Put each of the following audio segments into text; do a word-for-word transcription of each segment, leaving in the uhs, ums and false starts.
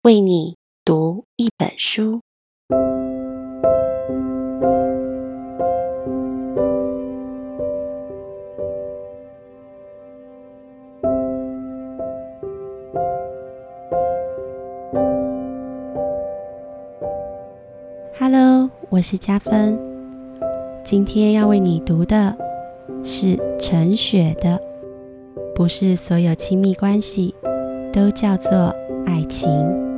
为你读一本书。Hello， 我是嘉芬，今天要为你读的是陈雪的《不是所有亲密关系都叫做爱情》。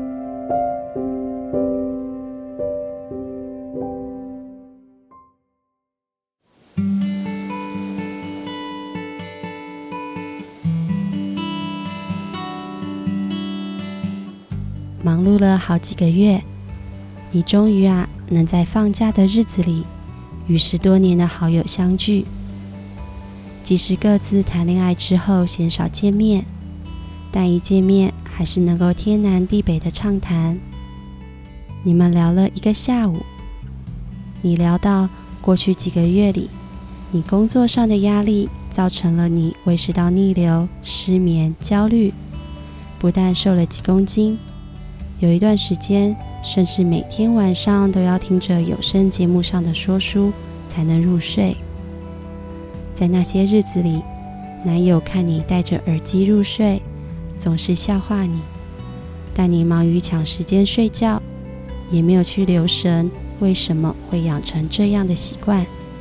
忙碌了好几个月，你终于啊能在放假的日子里与十多年的好友相聚。即使各自谈恋爱之后鲜少见面，但一见面还是能够天南地北的畅谈。你们聊了一个下午，你聊到过去几个月里，你工作上的压力造成了你胃食道逆流、失眠、焦虑，不但瘦了几公斤，有一段时间甚至每天晚上都要听着有声节目上的说书才能入睡。在那些日子里，男友看你戴着耳机入睡，总是笑话你，但你忙于抢时间睡觉，也没有去留神为什么会养成这样的习惯。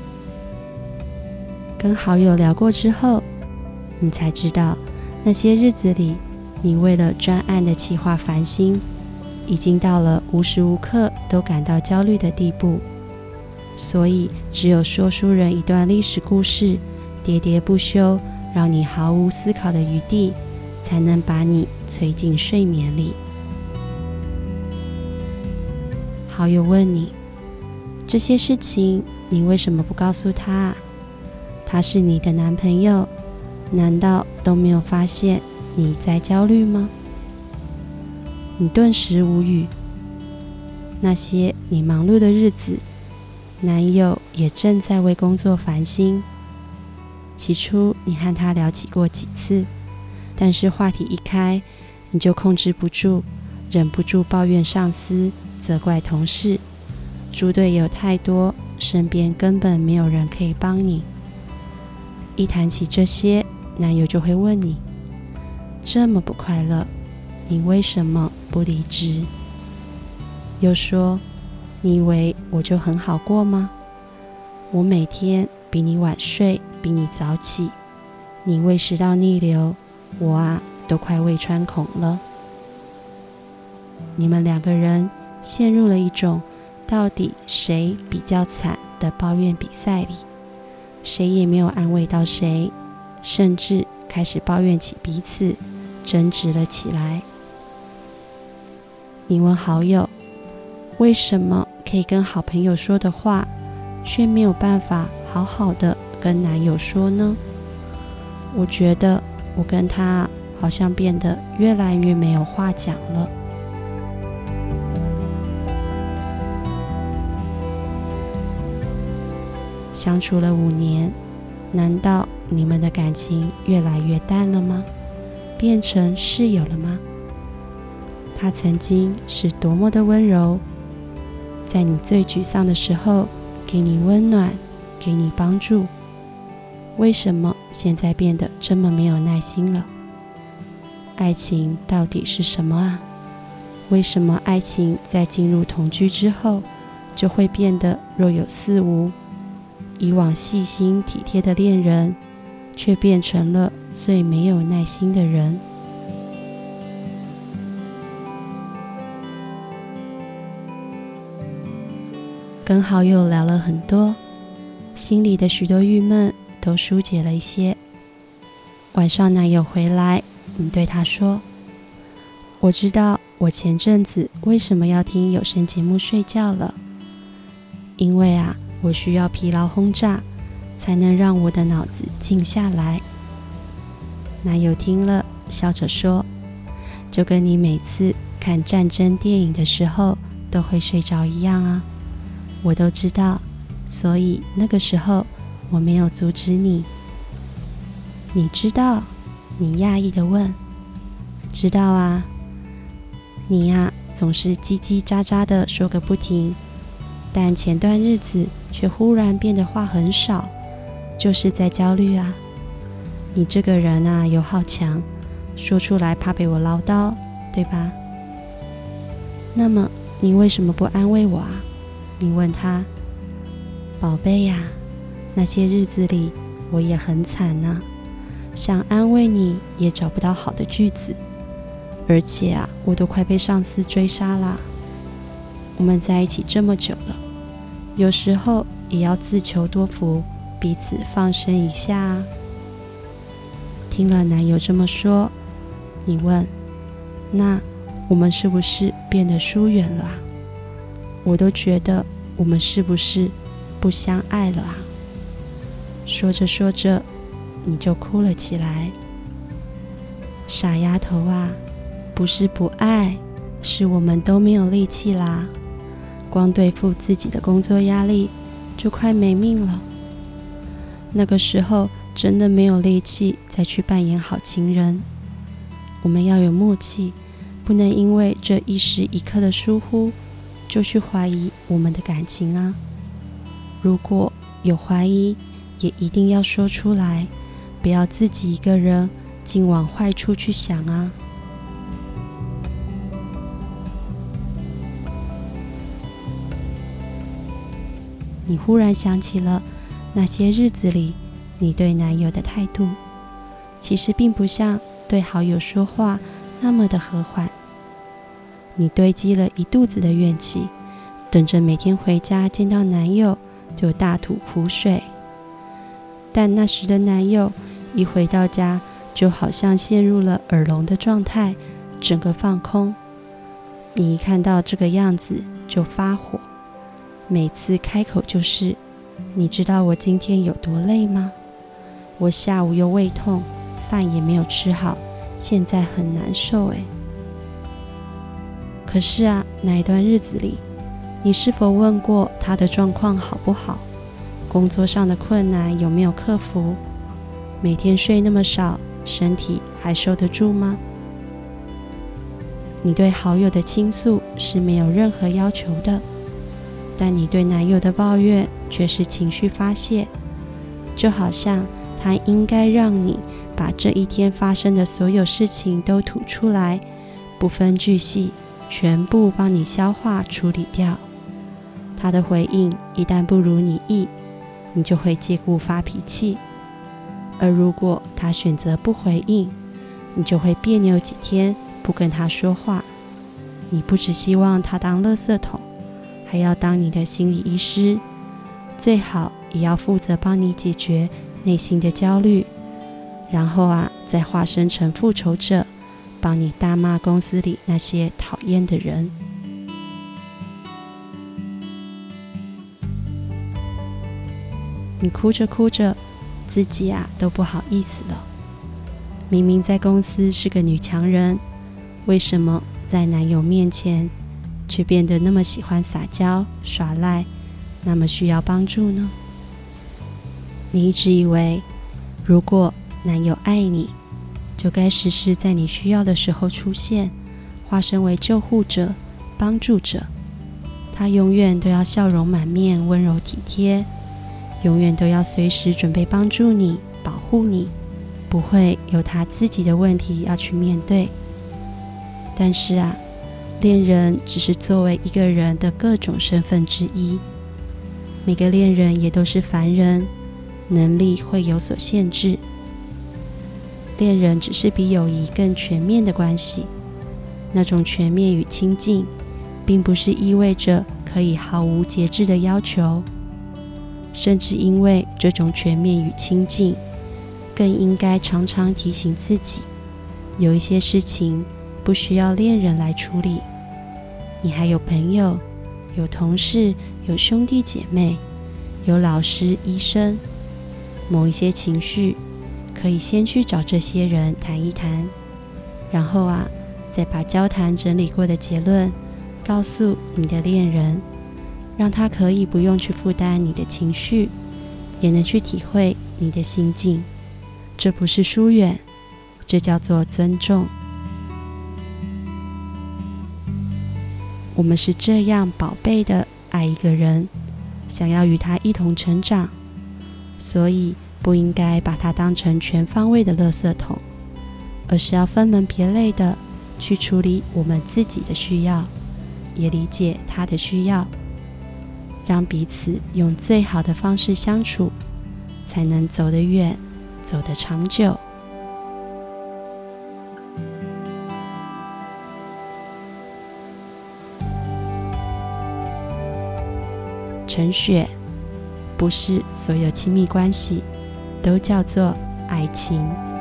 跟好友聊过之后，你才知道那些日子里你为了专案的企划烦心，已经到了无时无刻都感到焦虑的地步，所以只有说书人一段历史故事喋喋不休，让你毫无思考的余地，才能把你催进睡眠里。好友问你，这些事情你为什么不告诉他啊？他是你的男朋友，难道都没有发现你在焦虑吗？你顿时无语。那些你忙碌的日子，男友也正在为工作烦心。起初你和他聊起过几次，但是话题一开，你就控制不住，忍不住抱怨上司，责怪同事，猪队友太多，身边根本没有人可以帮你。一谈起这些，男友就会问你，这么不快乐，你为什么不离职？又说，你以为我就很好过吗？我每天比你晚睡，比你早起，你胃食道逆流，我啊都快胃穿孔了。你们两个人陷入了一种到底谁比较惨的抱怨比赛里，谁也没有安慰到谁，甚至开始抱怨起彼此，争执了起来。你问好友，为什么可以跟好朋友说的话，却没有办法好好的跟男友说呢？我觉得我跟他好像变得越来越没有话讲了。相处了五年，难道你们的感情越来越淡了吗？变成室友了吗？他曾经是多么的温柔，在你最沮丧的时候给你温暖，给你帮助，为什么现在变得这么没有耐心了？爱情到底是什么啊？为什么爱情在进入同居之后就会变得若有似无？以往细心体贴的恋人，却变成了最没有耐心的人。跟好友聊了很多，心里的许多郁闷都疏解了一些。晚上男友回来，你对他说，我知道我前阵子为什么要听有声节目睡觉了，因为啊我需要疲劳轰炸，才能让我的脑子静下来。男友听了，笑着说，就跟你每次看战争电影的时候都会睡着一样啊，我都知道，所以那个时候我没有阻止你。你知道？你讶异地问。知道啊。 你呀、啊、总是叽叽喳喳的说个不停，但前段日子却忽然变得话很少，就是在焦虑啊。你这个人啊又好强，说出来怕被我唠叨，对吧？那么你为什么不安慰我啊？你问他。宝贝呀，那些日子里我也很惨啊，想安慰你也找不到好的句子，而且啊，我都快被上司追杀啦。我们在一起这么久了，有时候也要自求多福，彼此放生一下啊。听了男友这么说，你问，那我们是不是变得疏远了啊？我都觉得我们是不是不相爱了啊？说着说着，你就哭了起来。傻丫头啊，不是不爱，是我们都没有力气啦，光对付自己的工作压力就快没命了。那个时候真的没有力气再去扮演好情人。我们要有默契，不能因为这一时一刻的疏忽就去怀疑我们的感情啊。如果有怀疑，也一定要说出来，不要自己一个人尽往坏处去想啊。你忽然想起了那些日子里你对男友的态度，其实并不像对好友说话那么的和缓。你堆积了一肚子的怨气，等着每天回家见到男友就大吐苦水。但那时的男友一回到家，就好像陷入了耳聋的状态，整个放空。你一看到这个样子就发火，每次开口就是，你知道我今天有多累吗？我下午又胃痛，饭也没有吃好，现在很难受诶。可是啊，那一段日子里，你是否问过他的状况好不好？工作上的困难有没有克服？每天睡那么少，身体还受得住吗？你对好友的倾诉是没有任何要求的，但你对男友的抱怨却是情绪发泄，就好像他应该让你把这一天发生的所有事情都吐出来，不分巨细，全部帮你消化处理掉。他的回应一旦不如你意，你就会借故发脾气，而如果他选择不回应，你就会别扭几天，不跟他说话。你不只希望他当垃圾桶，还要当你的心理医师，最好也要负责帮你解决内心的焦虑，然后啊，再化身成复仇者，帮你大骂公司里那些讨厌的人。你哭着哭着，自己啊都不好意思了。明明在公司是个女强人，为什么在男友面前却变得那么喜欢撒娇耍赖，那么需要帮助呢？你一直以为，如果男友爱你，就该时时在你需要的时候出现，化身为救护者、帮助者。他永远都要笑容满面、温柔体贴，永远都要随时准备帮助你、保护你，不会有他自己的问题要去面对。但是啊，恋人只是作为一个人的各种身份之一，每个恋人也都是凡人，能力会有所限制。恋人只是比友谊更全面的关系，那种全面与亲近，并不是意味着可以毫无节制的要求，甚至因为这种全面与亲近，更应该常常提醒自己，有一些事情不需要恋人来处理，你还有朋友，有同事，有兄弟姐妹，有老师、医生，某一些情绪可以先去找这些人谈一谈，然后啊，再把交谈整理过的结论告诉你的恋人，让他可以不用去负担你的情绪，也能去体会你的心境。这不是疏远，这叫做尊重。 我们是这样宝贝的爱一个人，想要与他一同成长，所以不应该把他当成全方位的垃圾桶，而是要分门别类的去处理我们自己的需要，也理解他的需要，让彼此用最好的方式相处，才能走得远，走得长久。陈雪，不是所有亲密关系都叫做爱情。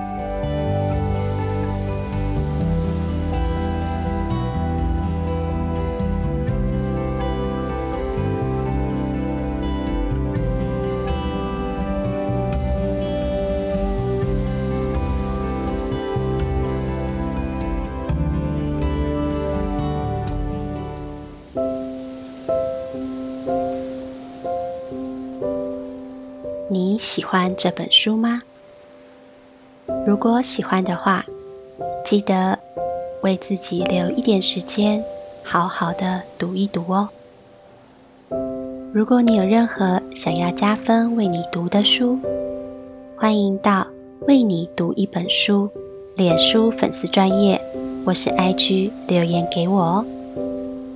你喜欢这本书吗？如果喜欢的话，记得为自己留一点时间，好好的读一读哦。如果你有任何想要加分为你读的书，欢迎到为你读一本书脸书粉丝专页或是 I G 留言给我哦。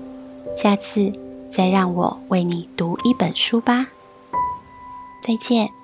下次再让我为你读一本书吧。再见。